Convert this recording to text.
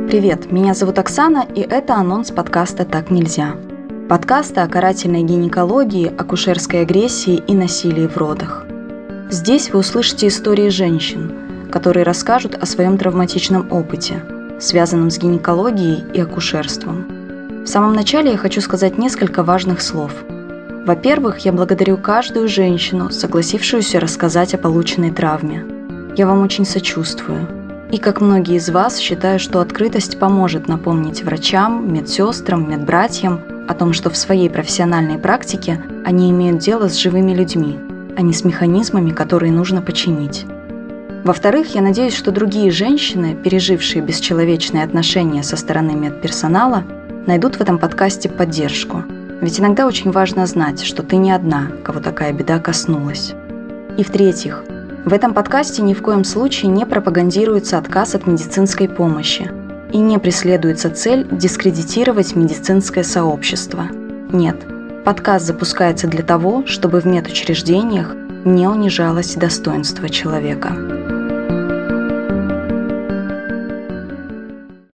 Привет, меня зовут Оксана, и это анонс подкаста «Так нельзя». Подкаста о карательной гинекологии, акушерской агрессии и насилии в родах. Здесь вы услышите истории женщин, которые расскажут о своем травматичном опыте, связанном с гинекологией и акушерством. В самом начале я хочу сказать несколько важных слов. Во-первых, я благодарю каждую женщину, согласившуюся рассказать о полученной травме. Я вам очень сочувствую. И, как многие из вас, считаю, что открытость поможет напомнить врачам, медсестрам, медбратьям о том, что в своей профессиональной практике они имеют дело с живыми людьми, а не с механизмами, которые нужно починить. Во-вторых, я надеюсь, что другие женщины, пережившие бесчеловечные отношения со стороны медперсонала, найдут в этом подкасте поддержку. Ведь иногда очень важно знать, что ты не одна, кого такая беда коснулась. И в-третьих, в этом подкасте ни в коем случае не пропагандируется отказ от медицинской помощи и не преследуется цель дискредитировать медицинское сообщество. Нет, подкаст запускается для того, чтобы в медучреждениях не унижалось достоинство человека.